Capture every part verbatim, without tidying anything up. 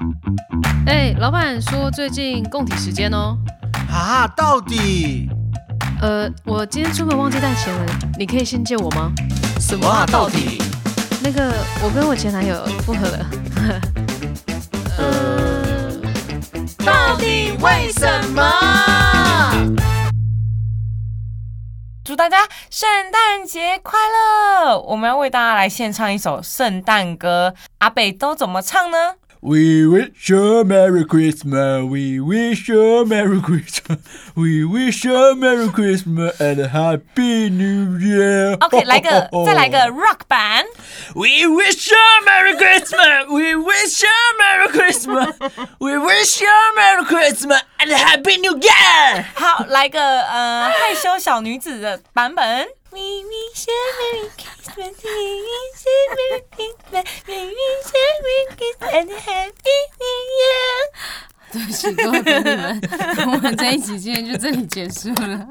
哎、欸，老板说最近共体时间哦。 啊，到底？ 呃，我今天出门忘记带钱了，你可以先借我吗？ 什么啊？到底？ 那个，我跟我前男友复合了。 呃，到底为什么？ 祝大家圣诞节快乐！我们要为大家来献唱一首圣诞歌，阿北都怎么唱呢？ We wish you a Merry Christmas, we wish you a Merry Christmas, we wish you a Merry Christmas and a Happy New Year. OK， 来个，再来个 rock 版。 We wish you a Merry Christmas, we wish you a Merry Christmas, we wish you a Merry Christmas and a Happy New Year. 好，来个呃害羞小女子的版本。We wish you a Merry Christmas, we wish you a Merry Christmas, we wish you a Merry Christmas and a Happy New Year. 对不起各位朋友们，我们这一集今天就这里结束了。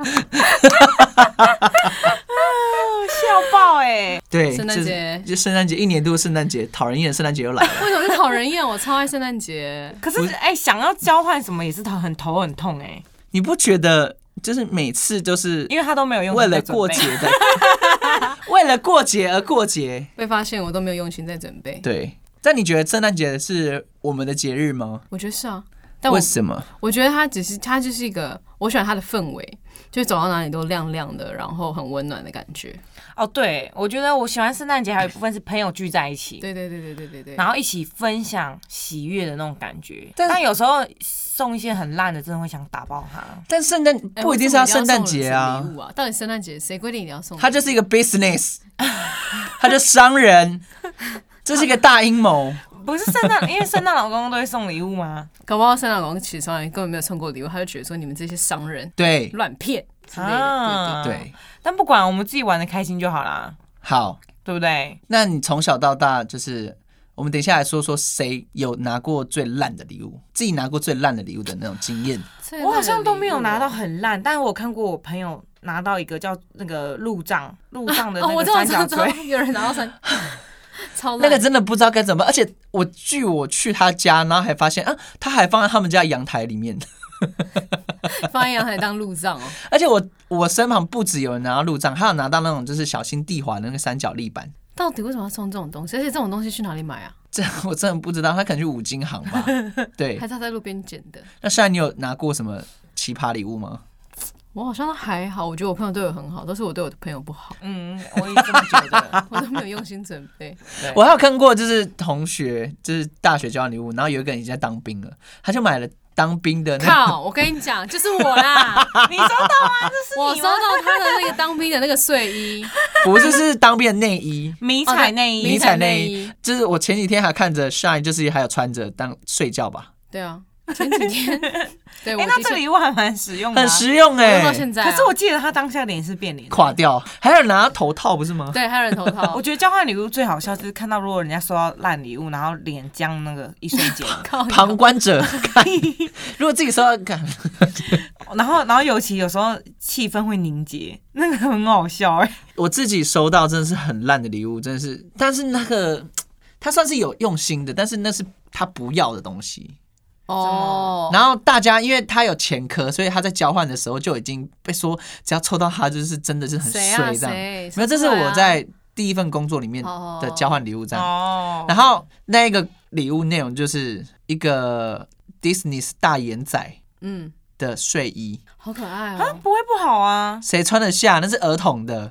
笑爆哎、欸！ 对， 圣诞节就圣诞节一年度的圣诞节，讨人厌的圣诞节又来了。 为什么是讨人厌？我超爱圣诞节。 可是哎、欸，想要交换什么也是很头很痛哎、欸。 你不觉得？就是每次就是因为他都没有用为了过节的，为了过节而过节， 被发现我都没有用心在准备。 对，但你觉得圣诞节是我们的节日吗？ 我觉得是啊，但我为什么？ 我觉得它只是它就是一个，我喜欢它的氛围，就是走到哪里都亮亮的，然后很温暖的感觉。 哦，对，我觉得我喜欢圣诞节，还有一部分是朋友聚在一起， 对对对对对对对， 然后一起分享喜悦的那种感觉。但, 但有时候送一些很烂的，真的会想打爆它。 但圣诞不一定是要圣诞节啊， 礼物啊，到底圣诞节谁规定你要送？ 它就是一个 business， 它就商人，这是一个大阴谋。 不是圣诞，因为圣诞老公都会送礼物吗？ 搞不好圣诞老公其实从来根本没有送过礼物，他就觉得说你们这些商人对乱骗之类的， 啊、 对, 对, 对。 但不管，我们自己玩的开心就好啦。 好， 对不对？ 那你从小到大，就是我们等一下来说说谁有拿过最烂的礼物，自己拿过最烂的礼物的那种经验。 我好像都没有拿到很烂，但我看过我朋友拿到一个叫那个路障路障的那个三角锥、 啊哦，有人拿到三。超那个真的不知道该怎么办，而且我据我去他家，然后还发现啊，他还放在他们家阳台里面， 放在阳台当路障哦。 而且我我身旁不止有人拿到路障，还有拿到那种就是小心地滑的那个三角立板。 到底为什么要送这种东西？而且这种东西去哪里买啊？ 这我真的不知道，他可能去五金行吧。对， 还是他在路边捡的。 那现在你有拿过什么奇葩礼物吗？ 我好像都还好，我觉得我朋友对我很好，都是我对我的朋友不好。 嗯，我也这么觉得， 我都没有用心准备。 我还有看过，就是同学，就是大学交换礼物，然后有一个人已经在当兵了，他就买了当兵的那个。 靠！我跟你讲，就是我啦。 你收到吗？这是你吗？ 我收到他的那个当兵的那个睡衣， 不是，是当兵的内衣， 迷彩内衣， 迷彩内衣。就是我前几天还看着 Shine， 就是还有穿着当睡觉吧。 对啊。前几天，对， 哎、欸，那这礼物还蛮实用的、啊， 很实用哎、欸。 到现在、啊， 可是我记得他当下脸是变脸， 垮掉，还有人拿头套不是吗？ 对，还有人头套。 我觉得交换礼物最好笑就是看到如果人家收到烂礼物，然后脸僵那个一瞬间， 旁观者看，如果自己收到看， 然后然后尤其有时候气氛会凝结，那个很好笑哎、欸。 我自己收到真的是很烂的礼物，真的是，但是那个他算是有用心的，但是那是他不要的东西。 哦， 然后大家因为他有前科，所以他在交换的时候就已经被说，只要抽到他就是真的是很衰这样。 没有，这是我在第一份工作里面的交换礼物这样。 哦。 然后那个礼物内容就是一个 Disney 大眼仔嗯的睡衣， 嗯、好可爱哦。 啊，不会不好啊， 谁穿得下？那是儿童的。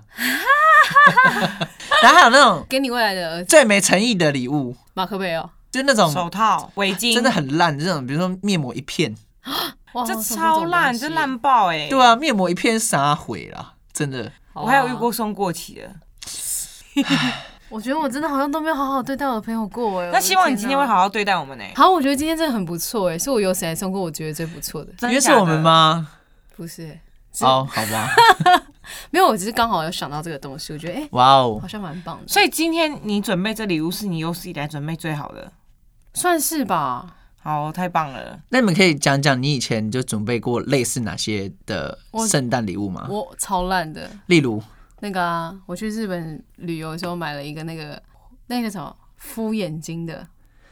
然后还有那种给你未来的儿子最没诚意的礼物， 马克杯哦。 就那种手套、围巾， 真的很烂。这种比如说面膜一片， 这超烂，这烂爆哎、欸！ 对啊，面膜一片啥毁啦，真的。 我还有遇过送过期的。 我觉得我真的好像都没有好好对待我的朋友过哎、欸。 那希望你今天会好好对待我们哎、欸。 好，我觉得今天真的很不错哎、欸，是我有史来送过我觉得最不错的。 因为是我们吗？ 不是。 哦，好吧。 没有，我只是刚好有想到这个东西，我觉得哎， 哇哦， 好像蛮棒的。 所以今天你准备这礼物是你有史以来准备最好的。 算是吧， 好，太棒了。 那你们可以讲讲你以前就准备过类似哪些的圣诞礼物吗？ 我, 我超烂的， 例如那个啊，我去日本旅游的时候买了一个那个那个什么敷眼睛的，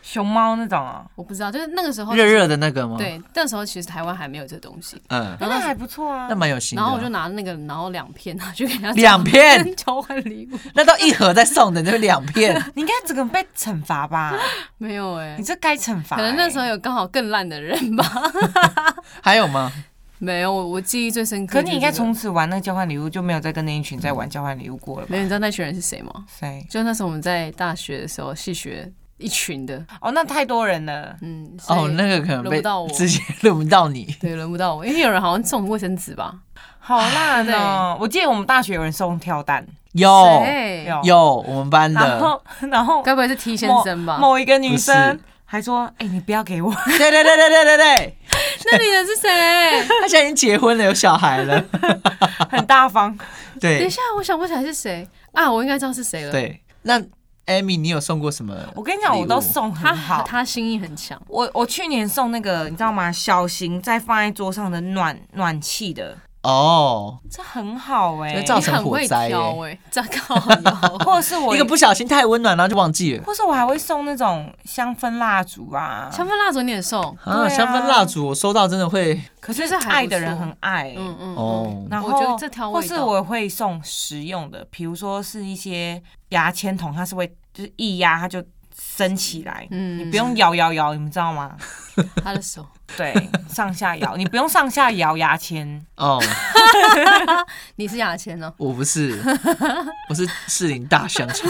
熊猫那种啊？ 我不知道，就是那个时候热热的那个吗？ 对，那时候其实台湾还没有这东西。 嗯， 那还不错啊， 那蛮有心的。 然后我就拿那个，然后两片，然后就给人家两片交换礼物。 那到一盒再送的，就两片。 你应该整个被惩罚吧？ 没有哎、 你这该惩罚、欸。 可能那时候有刚好更烂的人吧。 还有吗？ 没有，我我记忆最深刻、 可你应该从此玩那个交换礼物，就没有再跟那一群在玩交换礼物过了吧？ 没有，你知道那群人是谁吗？ 谁？ 就那时候我们在大学的时候，系学一群的。 哦，那太多人了。 嗯， 哦，那个可能被轮不到我， 直接轮不到你。 对，轮不到我，因为有人好像送卫生纸吧。 好烂哦！我记得我们大学有人送跳蛋， 有谁有有我们班然的， 后然后该不会是 T 先生吧？ 某某一个女不生是还说：“哎、你不要给我。 对对对对对对对， 那女人是谁？ 他现在已经结婚了，有小孩了。” 很大方。 对等一下，我想不起来是谁啊！我应该知道是谁了。， 对，那 Amy， 你有送过什么？ 我跟你讲，我都送他很好。 他心意很强。 我我去年送那个，你知道吗？小型再放在桌上的暖暖气的， 哦， 这很好哎、 会造成你很会火灾耶挑哎，这靠腰。 或者是我一个不小心太温暖，然后就忘记了。 或是我还会送那种香氛蜡烛啊。 香氛蜡烛你也送？ 啊， 对啊香氛蜡烛我收到真的会可是就是还不错爱的人很爱、 嗯嗯哦嗯。 然后我觉得这挑味道， 或是我会送实用的，比如说是一些牙签筒，它是会就是一压它就升起来， 嗯你不用摇摇摇，你们知道吗？ 他的手。 对，上下摇，你不用上下摇牙签。 哦， 你是牙签哦？ 我不是，我是士林大香肠，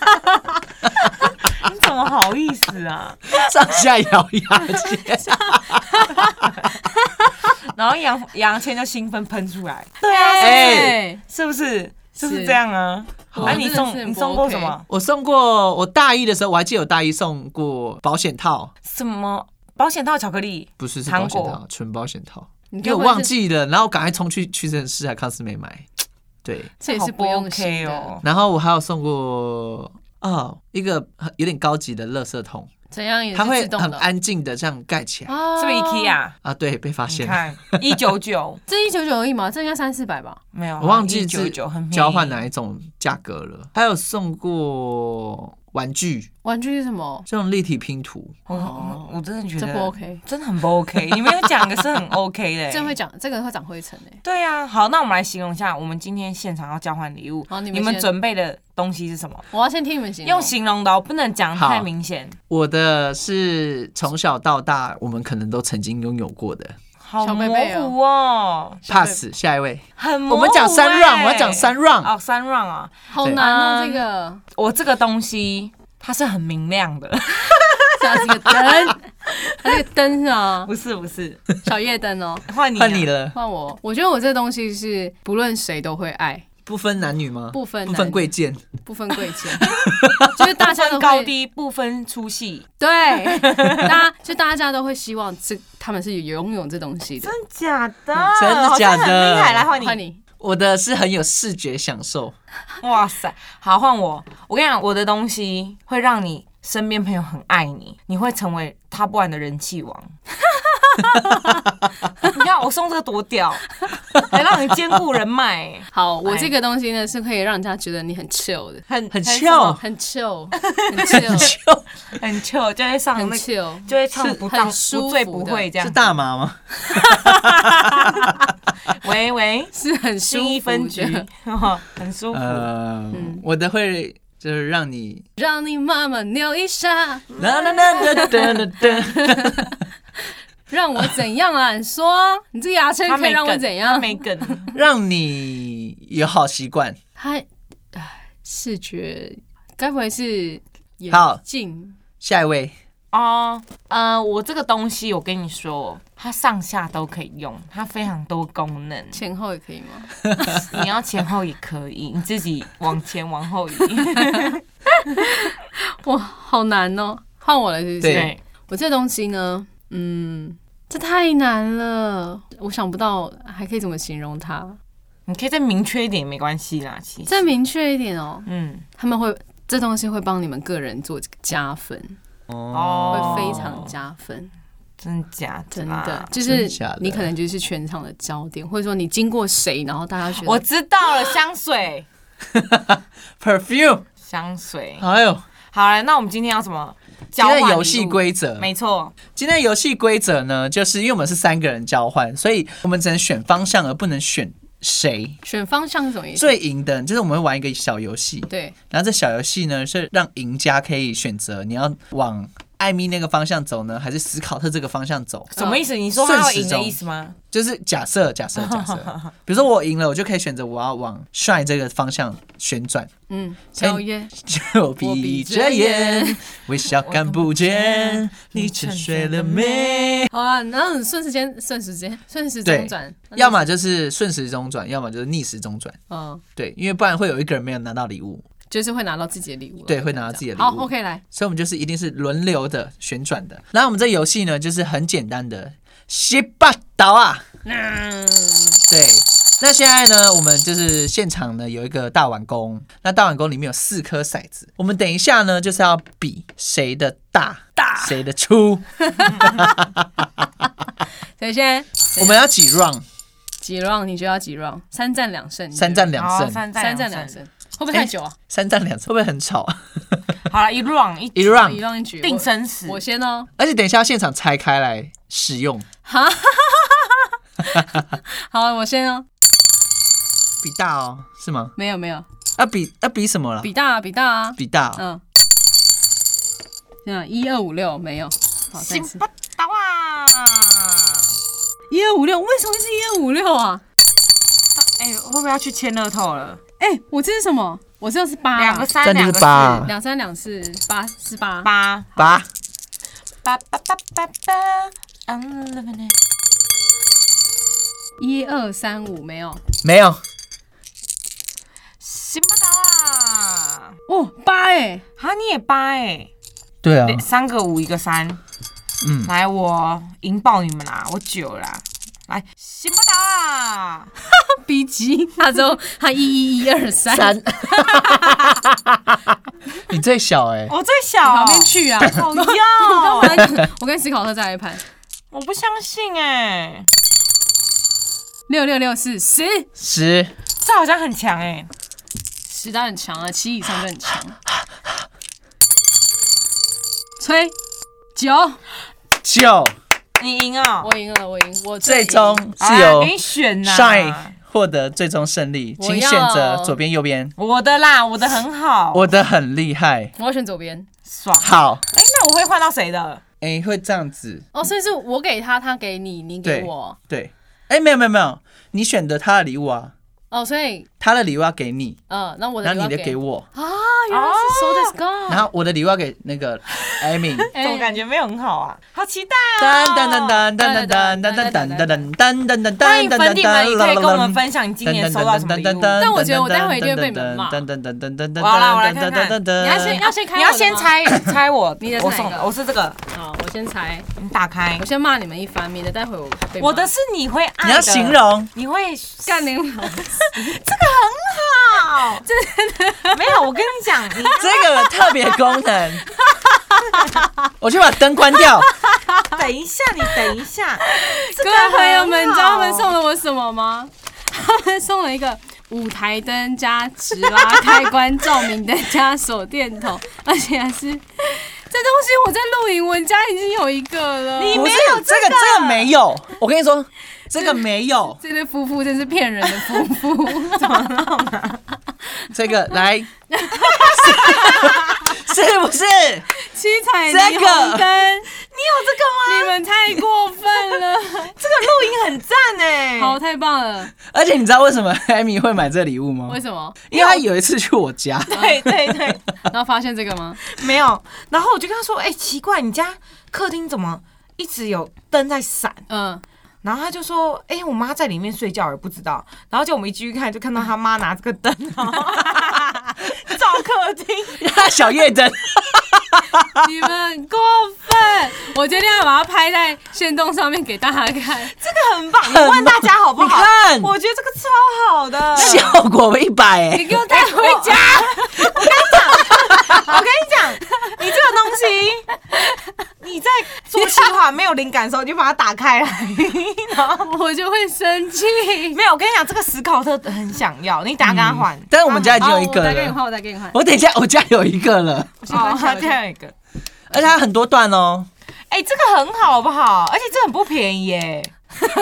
你怎么好意思啊？ 上下摇牙签。 然后牙牙签就兴奋喷出来。对啊， 哎是不是？就是是这样啊。 好哎、你真的是很不送你送过 OK 什么？ 我送过，我大一的时候，我还记得我大一送过保险套， 什么保险套巧克力？ 不是是糖果保险套，纯保险套， 你因为我该不会是， 忘记了，然后赶快冲去屈臣氏还康斯美买，对， 这也是好不用 OK 心的。 哦。 然后我还有送过哦一个有点高级的垃圾桶， 怎样也是它会自动的很安静的这样盖起来啊是不是 IKEA？ 啊，对，被发你现了， 看一九九这一九九而已嘛，这应该三四百吧？ 没有啊， 我忘记九是九很便宜交换哪一种价格了。还有送过玩具， 玩具是什么？ 这种立体拼图， 我哦我我真的觉得这不 OK， 真的很不 OK。你没有讲的是很 OK 的、欸， 这会讲这个会长灰尘诶。 对啊。好，那我们来形容一下，我们今天现场要交换礼物，你们好你们先准备的东西是什么？ 我要先听你们形容。 用形容的、哦，不能讲好太明显。 我的是从小到大我们可能都曾经拥有过的。 好模小贝贝哦糊哦， pass 下一位， 很模糊、欸。 我们讲三 round，我要讲三 round。 哦，三 round 啊。 好难哦， 对这个我这个东西它是很明亮的， 它是个灯，它是个灯是吗？ 不是不是。 小夜灯哦。 换你、啊， 换你了， 换我，我觉得我这东西是不论谁都会爱， 不分男女吗？ 不分不分男贵贱。 不分贵贱，就是大家都会不分高低，不分粗细。 对，大家就大家都会希望这他们是拥有这东西的。 真假的？ 真的假的好像很厉害，来换你。 换你， 我的是很有视觉享受， 哇塞，好换我。我跟你讲，我的东西会让你身边朋友很爱你，你会成为 top one 的人气王。你看我送这个多屌，还让你兼顾人脉， 好，我这个东西呢是可以让人家觉得你很 chill 的， 很很什 chill 么很 chill，很 chill， 就很 chill，就会唱很那个， chill， 就会唱是不当很舒服不醉不会这样是。大麻吗？ 喂喂， 是很舒新一服分局的，， 很舒服。 呃，我的会就是让你让你慢慢扭一下， 啦啦啦啦啦啦啦， 让我怎样啊？你说，你这个牙签可以让我他没梗，他怎样？ 没梗。 让你有好习惯。 他，唉，视觉，该不会是眼好镜？ 下一位， 哦，呃，我这个东西，我跟你说，它上下都可以用，它非常多功能。 前后也可以吗？ 你要前后也可以，你自己往前往后移。 哇，好难哦！换我了，是不是？ 对我这东西呢，嗯，这太难了，我想不到还可以怎么形容它。 你可以再明确一点，没关系啦。其实， 再明确一点哦， 嗯， 他们会这东西会帮你们个人做加分， 哦会非常加分， 真假真啦的，就是真假的你可能就是全场的焦点，或者说你经过谁，然后大家觉得我知道了，香水， perfume， 香水。 哎呦， 好了，那我们今天要什么？ 交换今天的游戏规则， 没错。 今天的游戏规则呢，就是因为我们是三个人交换，所以我们只能选方向，而不能选谁。 选方向是什么意思？ 最赢的就是我们会玩一个小游戏， 对， 然后这小游戏呢是让赢家可以选择你要往艾米那个方向走呢，还是史考特这个方向走？ 什么意思？你说他要赢的意思吗？ 就是假设，假设，假设，比如说我赢了，我就可以选择我要往帅这个方向旋转。 嗯，宵夜就闭着眼，微笑看不见你沉睡了没？ 好啊，然后顺时间，顺时间，顺时钟转， 要么就是顺时钟转，要么就是逆时钟转。 嗯， 对，因为不然会有一个人没有拿到礼物。 就是会拿到自己的礼物， 对，会拿到自己的礼物。 好 ，OK， 来， 所以我们就是一定是轮流的旋转的。然后我们这游戏呢，就是很简单的洗八刀啊。 嗯， 对。那现在呢，我们就是现场呢有一个大碗公，那大碗公里面有四颗骰子，我们等一下呢就是要比谁的大，大谁的粗。 谁先？ 我们要几 round？ 几 round？ 你就要几 round？ 三战两胜， 三战两胜， 三战两胜。会不会太久啊？ 欸、三战两胜会不会很吵？ 好了，一 round 一一 round 一 round 一局， 定生死。 我先哦。 而且等一下现场拆开来使用。 好，我先哦。 比大哦，是吗？ 没有没有。 要比要比什么了？ 比大啊，比大啊， 比大、哦。 嗯。这样一二五六没有。好，再次。 不到啊！ 一二五六，为什么是一二五六啊？ 哎、欸，会不会要去签乐透了？ 哎、欸，我这是什么？我这是八， 两个三， 两个四， 两三两四，八是八， 八八八八八八八， 一二三五没有， 没有， 行不到啊！ 哦，八哎、欸， 哈，你也八哎、欸， 对啊， 三个五一个三，嗯，来我赢爆你们啦，我九啦。来，行不到啊！ 逼急，他之后他一一一二三三，你最小哎、欸， 我最小、喔， 旁边去啊！ 好要， 我跟史考特再一盘， 我不相信哎、欸！ 六六六四十十， 这好像很强哎、欸， 十单很强啊，七以上就很强。吹九九。 你赢啊！ 我赢了，我赢，我最终是由给你选呐 ，Shine 获得最终胜利，请选择左边、右边。 我的啦，我的很好， 我的很厉害， 我要选左边， 爽。 好， 哎、欸，那我会换到谁的？ 哎、欸，会这样子哦，所以是我给他，他给你，你给我。 对，哎、欸，没有没有没有，你选择他的礼物啊。 哦，所以他的礼物要给你， 嗯，那我的然后你的给我啊，原来是 so this go， 然后我的礼物要给那个 Amy， 怎么感觉没有很好啊？好期待啊！ 噔噔噔噔噔噔噔噔噔噔噔噔噔噔噔， 欢迎粉底们，你可以跟我们分享你今年收到什么礼物。 但我觉得我待会一定会被你们骂。 噔噔噔噔噔噔， 好啦，我来看看。你要先要先开，你要先猜猜我， 你的我送的，我是这个。 好，我先猜， 你打开， 我先骂你们一番，免得待会我被骂。 我的是你会爱的， 你要形容， 你会干你老师， 这个。很好，真的没有。我跟你讲，你这个特别功能，我去把灯关掉。 等一下，你等一下， 各位朋友们，你知道他们送了我什么吗？他们送了一个舞台灯加直拉开关照明灯加手电筒，而且还是这东西我在录影，我家已经有一个了。 你没有这个，这个没有。我跟你说。这个没有， 这对夫妇真是骗人的夫妇。 怎么弄啊？ 这个来，是不是七彩霓虹灯？ 你有这个吗？ 你们太过分了！ 这个录音很赞哎， 好，太棒了！ 而且你知道为什么艾米会买这礼物吗？ 为什么？ 因为他有一次去我家， 对对对， 然后发现这个吗？ 没有，然后我就跟他说：“哎、欸，奇怪，你家客厅怎么一直有灯在闪？”嗯。然后他就说：“哎、欸，我妈在里面睡觉，也不知道。”然后就我们一进去看，就看到他妈拿这个灯，照客厅， 小夜灯。 你们很过分！我决定要把它拍在限动上面给大家看。这个很棒，你问大家好不好？ 你看， 我觉得这个超好的， 效果一百哎！ 你给我带回家。 我跟你讲，我跟你讲，你这个东西，你在做企划没有灵感的时候，你就把它打开来，然后我就会生气。 没有，我跟你讲，这个史考特很想要，你等下跟他换、嗯。 但是我们家已经有一个了。 我再给你换，我再给你换。 我等一下，我家有一个了。 哦，他家有一个。 而且它很多段哦。 哎、欸，这个很好，好不好？而且这很不便宜耶。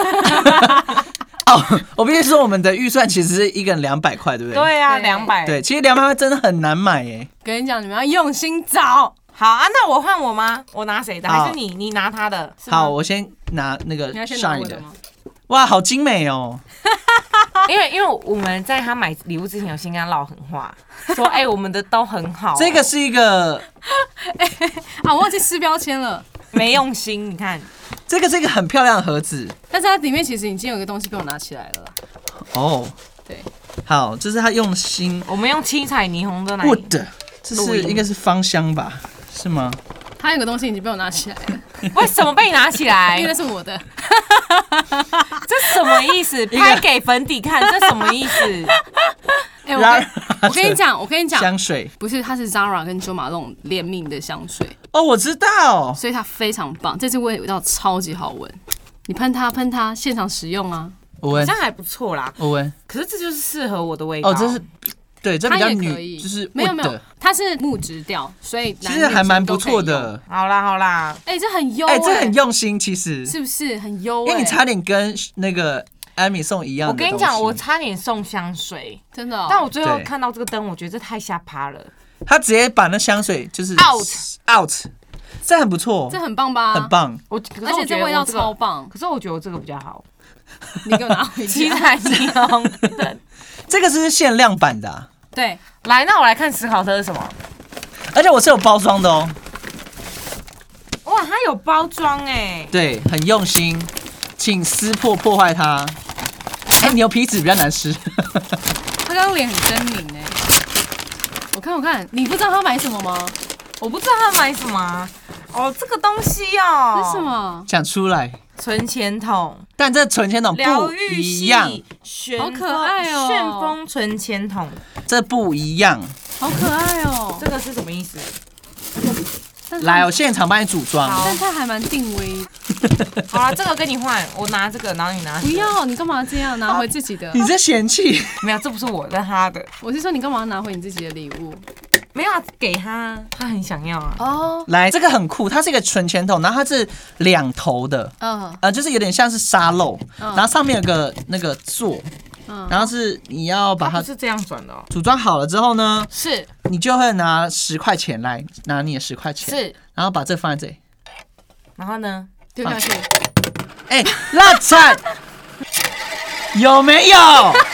哦，我必须说，我们的预算其实是一个人两百块，对不对？ 对啊，两百。 对，其实两百块真的很难买耶。 跟你讲，你们要用心找。 好啊，那我换我吗？我拿谁的？还是你？你拿他的？ 好，我先拿那个 Shine 的。 哇， 好精美哦！ 因为因为我们在他买礼物之前有先跟他唠狠话，说哎、欸，我们的都很好、哦。 这个是一个， 哎、欸、啊，我忘记撕标签了， 没用心。你看， 这个是一个很漂亮的盒子， 但是它里面其实已经有一个东西被我拿起来了啦。 哦， 对， 好，这是他用心， 我们用七彩霓虹灯来。 Wood， 这是应该是芳香吧？是吗？ 它有个东西已经被我拿起来了。 为什么被你拿起来？ 因为那是我的。 这什么意思？拍给粉底看，这什么意思？ 哎、欸，我跟我跟你讲，我跟你讲， 香水不是，它是 Zara 跟 Jo Malone 联名的香水。 哦，我知道， 所以它非常棒，这支味道超级好闻。你喷它，喷它，现场使用啊， 我闻， 好像还不错啦。 我闻， 可是这就是适合我的味道。 哦，这是。对，这比较女，就是没有没有，它是木质调，所以其实还蛮不错的。 好啦好啦， 哎、欸，这很优、 欸， 哎， 这很用心，其实是不是很优、欸？ 因为你差点跟那个艾米送一样的。 我跟你讲，我差点送香水， 真的、哦。 但我最后看到这个灯，我觉得这太瞎趴了。 他直接把那香水就是 out out， 这很不错， 这很棒吧？ 很棒。 我而且这味道超棒。 可是我觉得我这个比较好。 你给我拿回去。 七彩霓虹灯， 这个是限量版的、啊。 对， 来，那我来看史考特是什么？ 而且我是有包装的哦。 哇，它有包装哎。 对，很用心，请撕破破坏它。哎、欸，牛皮纸比较难撕。 他刚刚脸很狰狞哎。我看我看，你不知道他买什么吗？ 我不知道他买什么。哦，这个东西哦。 这是什么？ 讲出来。 存钱筒， 但这存钱筒不一样， 好可爱哦！ 旋风存钱筒， 这不一样， 好可爱哦！ 这个是什么意思？ 来，我现场帮你组装。 但它还蛮定位。 好啦，这个跟你换，我拿这个，然后你拿。 不要，你干嘛这样拿回自己的？ 你这嫌弃？ 没有，这不是我的，他的。 我是说，你干嘛拿回你自己的礼物？ 没有、啊，给他，他很想要啊。 哦， 来，这个很酷，它是一个存钱筒，然后它是两头的，嗯，呃，就是有点像是沙漏，嗯、然后上面有个那个座，嗯，然后是你要把它是这样转的、哦， 组装好了之后呢， 是， 你就会拿十块钱来拿你的十块钱， 是， 然后把这放在这里， 然后呢， 丢下去， 哎、欸，烂惨，有没有？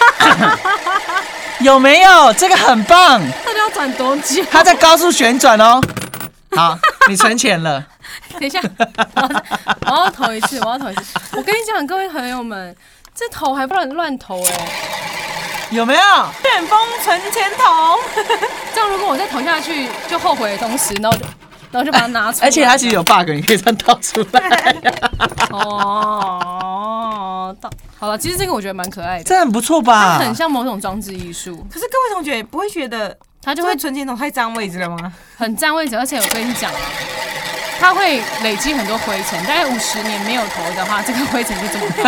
有没有？这个很棒。 到底要转多久？ 它在高速旋转哦。好，你存钱了。 等一下，我要投一次，我要投一次。我跟你讲，各位朋友们，这投还不能乱投哎、欸。 有没有？ 旋风存钱筒。 这样如果我再投下去，就后悔的同时，然后就然后就把它拿出来。 而且它其实有 bug， 你可以这样倒出来。 哦，倒好了，其实这个我觉得蛮可爱的， 这很不错吧？ 它很像某种装置艺术。 可是各位同学不会觉得它就会存钱筒太占位置了吗？ 很占位置，而且我跟你讲啊，它会累積很多灰尘，大概五十年没有投的话，这个灰尘就这么多。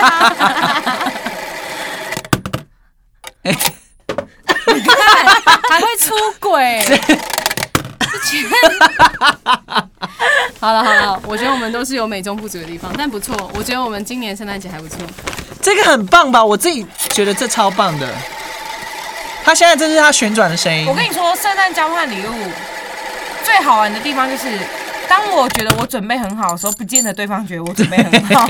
你看，还会出轨。好了好了，我觉得我们都是有美中不足的地方，但不错。我觉得我们今年圣诞节还不错。 这个很棒吧？我自己觉得这超棒的。它现在这是它旋转的声音。 我跟你说，圣诞交换礼物最好玩的地方就是，当我觉得我准备很好的时候，不见得对方觉得我准备很好。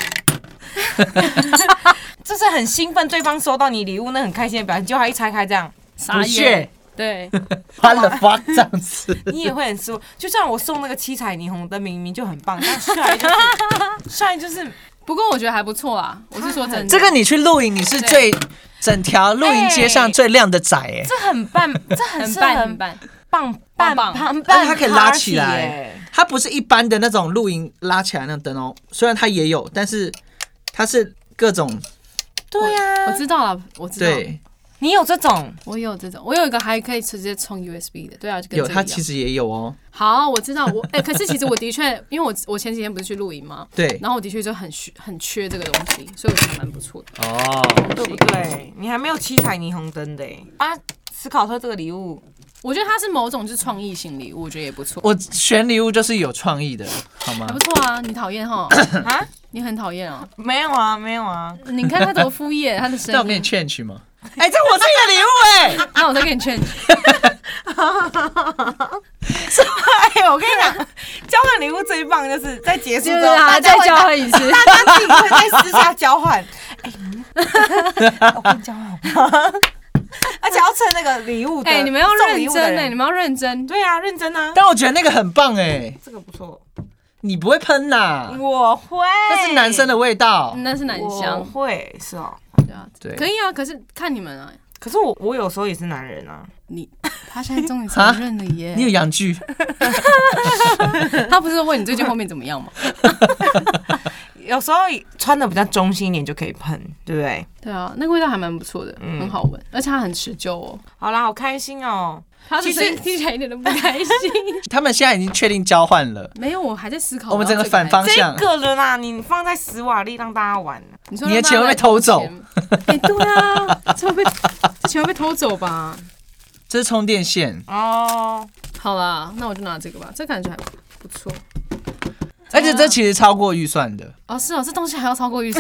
就是很兴奋，对方收到你礼物，那很开心的表现，结果他一拆开这样， 傻眼。对， 花了发这样子， 你也会很失望。就像我送那个七彩霓虹灯，明明就很棒，但帅就是帅就是。 不过我觉得还不错啦，我是说真的。 这个你去露营，你是最整条露营街上最亮的仔哎、欸， 这很棒，这很棒很棒棒棒棒， 而且它可以拉起来，它不是一般的那种露营拉起来那种灯哦，虽然它也有，但是它是各种。 对呀、啊， 我知道了，我知道。 对，你有这种， 我有这种，我有一个还可以直接充 U S B 的，对啊，就跟有，它其实也有哦。 好，我知道，我哎、欸，可是其实我的确，因为我我前几天不是去露营吗？ 对， 然后我的确就很缺很缺这个东西，所以我觉得蛮不错的。 哦， 对不对？你还没有七彩霓虹灯的啊！史考特这个礼物我觉得它是某种就是创意型礼物，我觉得也不错。 我选礼物就是有创意的，好吗还不？错啊，你讨厌哈？ 啊， 你很讨厌哦。 没有啊，没有啊。 你看他多敷衍，他的声那我给你音。 劝去吗？哎、这我自己的礼物哎、 那我再给你劝。 哎，我跟你讲，交换礼物最棒就是在结束之后， 就是啊，再大家会交换一次。 大家自己会在私下交换。哎、我跟你交换好不好？而且要趁那个礼物的， 哎、你们要送认礼物的人真哎、你们要认真。 对啊，认真啊， 但我觉得那个很棒哎、 这个不错。 你不会喷呐、 我会， 那是男生的味道。 嗯那是男我香， 会是哦。 对啊， 对可以啊。可是看你们啊， 可是我我有时候也是男人啊。 你他现在终于承认了耶。 你有阳具？ 他不是问你最近后面怎么样吗？ 有时候穿的比较中性一点就可以喷，对不对？ 对啊，那个味道还蛮不错的， 嗯很好闻，而且它很持久哦。 好啦，好开心哦。 他的其实声音听起来一点都不开心。 他们现在已经确定交换了， 没有，我还在思考。 我们整个反方这向。 个了啦，你放在史瓦利让大家玩。 你说你的钱会被偷走？ 哎、对啊，这会被这钱会被偷走吧？ 这是充电线， 哦， 好啦，那我就拿这个吧，这感觉还不错。 而且这其实超过预算的。 哦，是哦，这东西还要超过预算。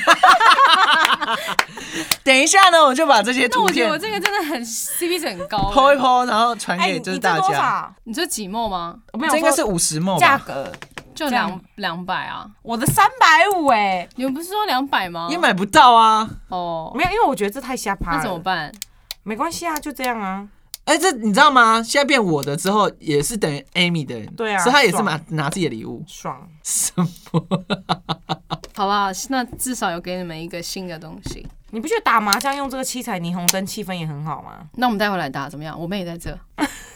等一下呢，我就把这些那图片我觉得我这个真的很 C P 值很高。 po 一 po，然后传哎， 给你这多就是大家。 少？ 你说几墨吗？ 没有说这应该是五十梦吧？ 价格， 就这样两两百啊？ 我的三百五哎， 你们不是说两百吗？ 也买不到啊！ 哦， 没有，因为我觉得这太瞎趴了。 那怎么办？ 没关系啊，就这样啊。 哎、这你知道吗？现在变我的之后，也是等于 Amy 的人， 对啊所以他也是爽拿拿自己的礼物。 爽， 什么？ 好啦，那至少有给你们一个新的东西。 你不觉得打麻将用这个七彩霓虹灯气氛也很好吗那我们待会来打怎么样？我妹也在这。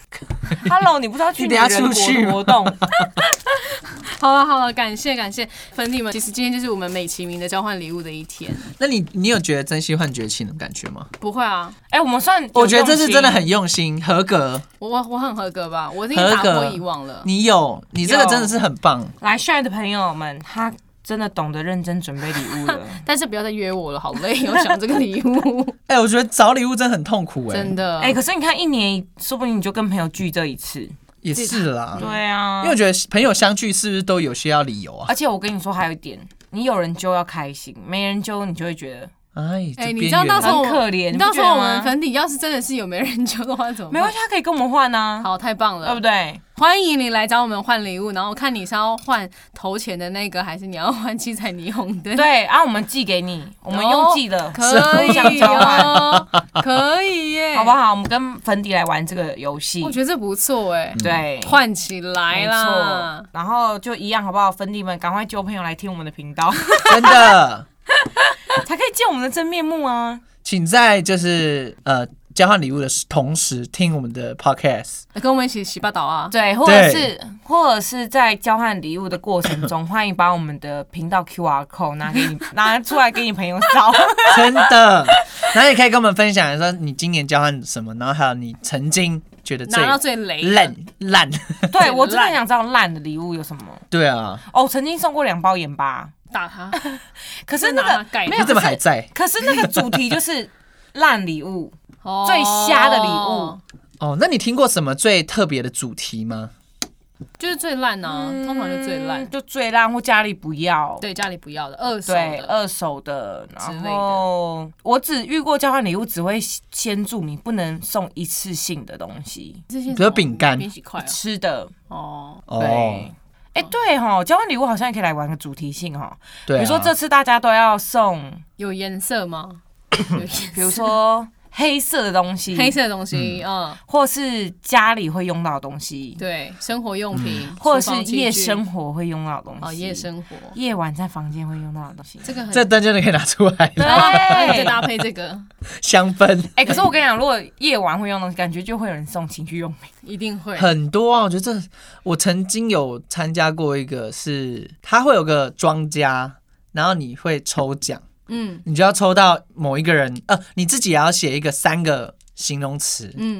？Hello，你不是要去你等下女人国出去的活动？ 好了好了，感谢感谢粉底们。其实今天就是我们美其名的交换礼物的一天。 那你你有觉得真心换绝情的感觉吗？ 不会啊， 哎，我们算， 我觉得这是真的很用心，合格。 我我我很合格吧？我已经打合格破以往了。 你有，你这个真的是很棒。 来帅的朋友们，他真的懂得认真准备礼物了。 但是不要再约我了，好累，我想这个礼物， 哎、我觉得找礼物真的很痛苦哎、 真的。 哎，可是你看，一年说不定你就跟朋友聚这一次。 也是啦。 对啊， 因为我觉得朋友相聚是不是都有需要理由啊？ 而且我跟你说还有一点，你有人揪要开心，没人揪你就会觉得哎， 哎、 这你知道边缘到时候我很可怜你到时候我们你不觉得吗粉底要是真的是有没人揪的话怎么办？ 没关系，他可以跟我们换啊， 好，太棒了， 对不对？ 欢迎你来找我们换礼物，然后看你是要换投钱的那个，还是你要换七彩霓虹灯？ 对，啊，我们寄给你，我们用寄的， 可互相以交换， 哦，可以耶， 好不？好？我们跟粉底来玩这个游戏我，觉得这不错哎， 对， 换起来没啦错。。然后就一样，好不好？粉底们赶快揪朋友来听我们的频道， 真的， 才可以见我们的真面目啊！ 请在就是呃交换礼物的同时听我们的 podcast。 跟我们一起洗把澡啊！ 对，或者是或者是在交换礼物的过程中，欢迎把我们的频道 Q R code 拿给你拿出来给你朋友扫。 真的，然后也可以跟我们分享说你今年交换什么，然后还有你曾经觉得最拿到最雷的烂烂。 对我真的想知道烂的礼物有什么。 对啊， 哦，我曾经送过两包盐巴， 打他， 可是那个拿它盖没有， 你怎么可是还在？ 可是那个主题就是烂礼物， 哦最瞎的礼物。 哦，那你听过什么最特别的主题吗？ 就是最烂啊，通常就最烂嗯，就最烂或家里不要。 对家里不要的二手对， 的， 二手的，然之类的后我只遇过交换礼物，只会先注明不能送一次性的东西， 这些比如饼干免洗块吃的。 哦， 哦对，，哎、对哈，交换礼物好像也可以来玩个主题性哈， 对啊， 比如说这次大家都要送， 有颜色吗？有颜色比如说黑色的东西， 黑色的东西，嗯， 或是家里会用到的东西， 对，生活用品， 或者是厨房器具夜生活会用到的东西， 哦，夜生活， 夜晚在房间会用到的东西。 这个很这灯真的可以拿出来对， 了， 然后你再搭配这个， 香氛哎、可是我跟你讲，如果夜晚会用的东西，感觉就会有人送情趣用品。 一定会。 很多啊。我觉得这我曾经有参加过一个是，它会有个庄家，然后你会抽奖。 嗯你就要抽到某一个人，呃，你自己也要写一个三个形容词， 嗯，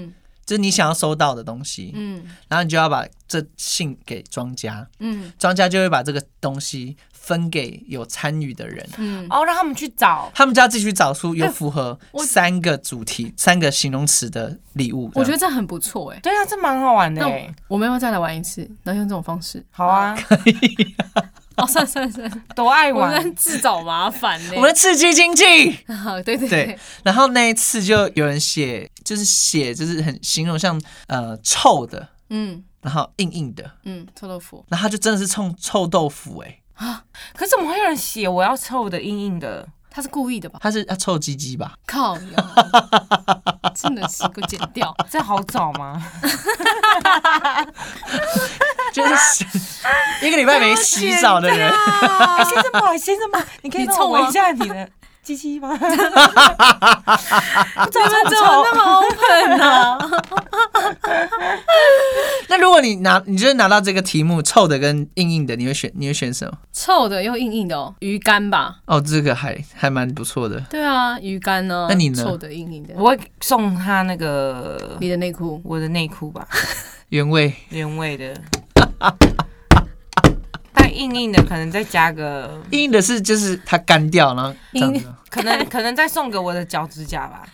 就是你想要收到的东西， 嗯然后你就要把这信给庄家， 嗯庄家就会把这个东西分给有参与的人， 嗯， 哦，让他们去找。 他们就要自己去找出有符合我三个主题、三个形容词的礼物。 我觉得这很不错哎。 对啊，这蛮好玩的那哎。 我们要不要再来玩一次？然后用这种方式？ 好啊， 哦，算了算了算了， 多爱我们玩。 在自找麻烦呢。 我们的刺激经济。 好，对对对，然后那一次就有人写，就是写就是很形容像呃臭的， 嗯然后硬硬的， 嗯，臭豆腐。 然后他就真的是冲臭豆腐哎、欸， 可是怎么会有人写我要臭的硬硬的？ 他是故意的吧？ 他是他臭鸡鸡吧？ 靠呀，真的是给我剪掉。 这好找吗？ 就是一个礼拜没洗澡的人， 哎，先生不好意思，先生不好意思，你可以让我你臭吗闻一下你的鸡鸡吗？ 你们怎么那么 open 啊？ 那如果你拿，你就是拿到这个题目，臭的跟硬硬的，你会选，你会选什么？ 臭的又硬硬的哦，鱼干吧？ 哦，这个还还蛮不错的。 对啊，鱼干呢？ 那你呢臭的硬硬的。 我会送他那个你的内裤？ 我的内裤吧， 原味， 原味的。但硬硬的可能再加个， 硬硬的是就是它干掉，然后这样子。 可能可能再送给我的脚指甲吧。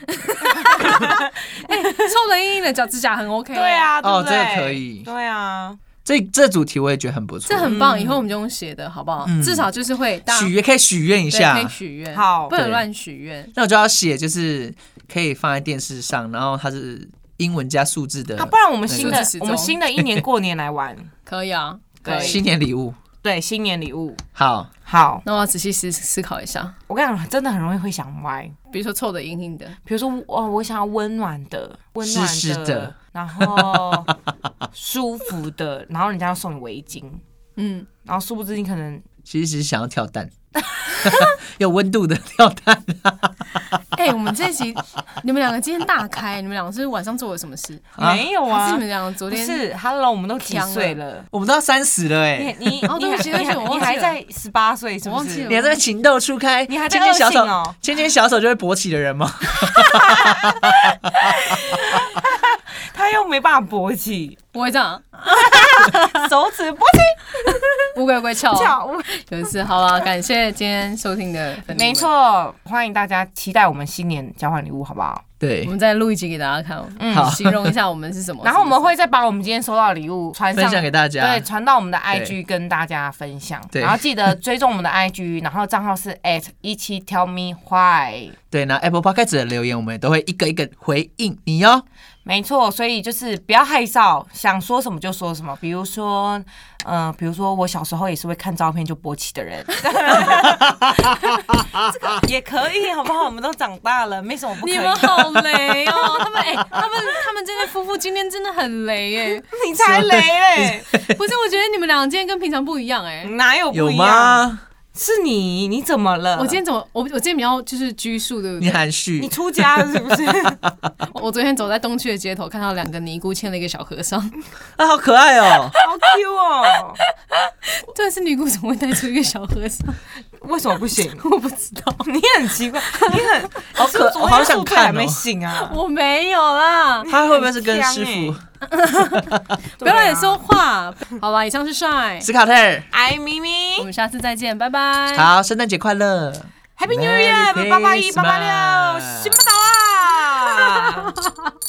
臭的硬硬的脚指甲很 OK。 对，啊，对不对？ 哦这个可以对啊， 这这主题我也觉得很不错这，很棒。以后我们就用写的好不好？ 嗯至少就是会大家许愿可以许愿一下对可以。许愿， 好不能乱许愿。 那我就要写，就是可以放在电视上，然后它是英文加数字的啊，不然我们新的数字时钟我们新的一年过年来玩， 可以啊， 对可以。 新年礼物。 对，新年礼物。 好， 好， 那我要仔细思思考一下， 我跟你讲，真的很容易会想歪。 比如说臭的硬硬的， 比如说，哦，我想要温暖的、温暖湿湿的然后舒服的，然后人家要送你围巾， 嗯， 然后殊不知你可能其实只是想要跳蛋，有温度的跳蛋。 哎、我们这一集你们两个今天大开，你们两个是不是晚上做了什么事？ 啊没有啊还是你，们两个昨天？ 不是，Hello，我们都几岁了？ 我们都要三十了哎、 你你哦对不起你还对不起我忘记了你还在十八岁是不是我忘记了？ 你还在情窦初开， 你还在牵牵小手恶性哦， 牵牵小手就会勃起的人吗？ 他又没办法勃起， 我会这样， 手指勃起， 乌龟乌龟翘。 跳舞。 有一次，好了，感谢今天收听的粉丝们没，错，欢迎大家期待我们新年交换礼物，好不好？ 对我，们再录一集给大家看， 嗯好形容一下我们是什么。 然后我们会再把我们今天收到的礼物传上分享给大家。 对，传到我们的 I G 跟大家分享。 对然后记得追踪我们的 I G， 然后账号是 at 一七 tell me why。 对，那 Apple Podcast 的留言，我们也都会一个一个回应你哦。 没错，所以就是不要害臊，想说什么就说什么。比如说，嗯、呃，比如说我小时候也是会看照片就勃起的人，这个也可以，好不好？我们都长大了，没什么不可以。 你们好雷哦！他们哎、他们他们这对夫妇今天真的很雷哎、 你才雷嘞， 不是，我觉得你们俩今天跟平常不一样哎、 哪有不有一样？ 吗？ 是你，你怎么了？ 我今天怎么我我今天比较就是拘束对不你对？ 含蓄你，出家了是不是？ 我昨天走在东区的街头，看到两个尼姑牵了一个小和尚， 啊，好可爱哦！ 好 Q 哦！ 这是尼姑怎么会带出一个小和尚？ 为什么不行？ 我不知道， 你很奇怪，你很好可，我好想看哦还没。醒啊！ 我没有啦， 他会不会是跟师很傅不要乱说话。好吧，以上是帅， 斯卡特？ 爱咪咪我们下次再见，拜拜。 好，圣诞节快乐 ，Happy New Year， Merry 八八一八八六， Christmas 新不倒啊！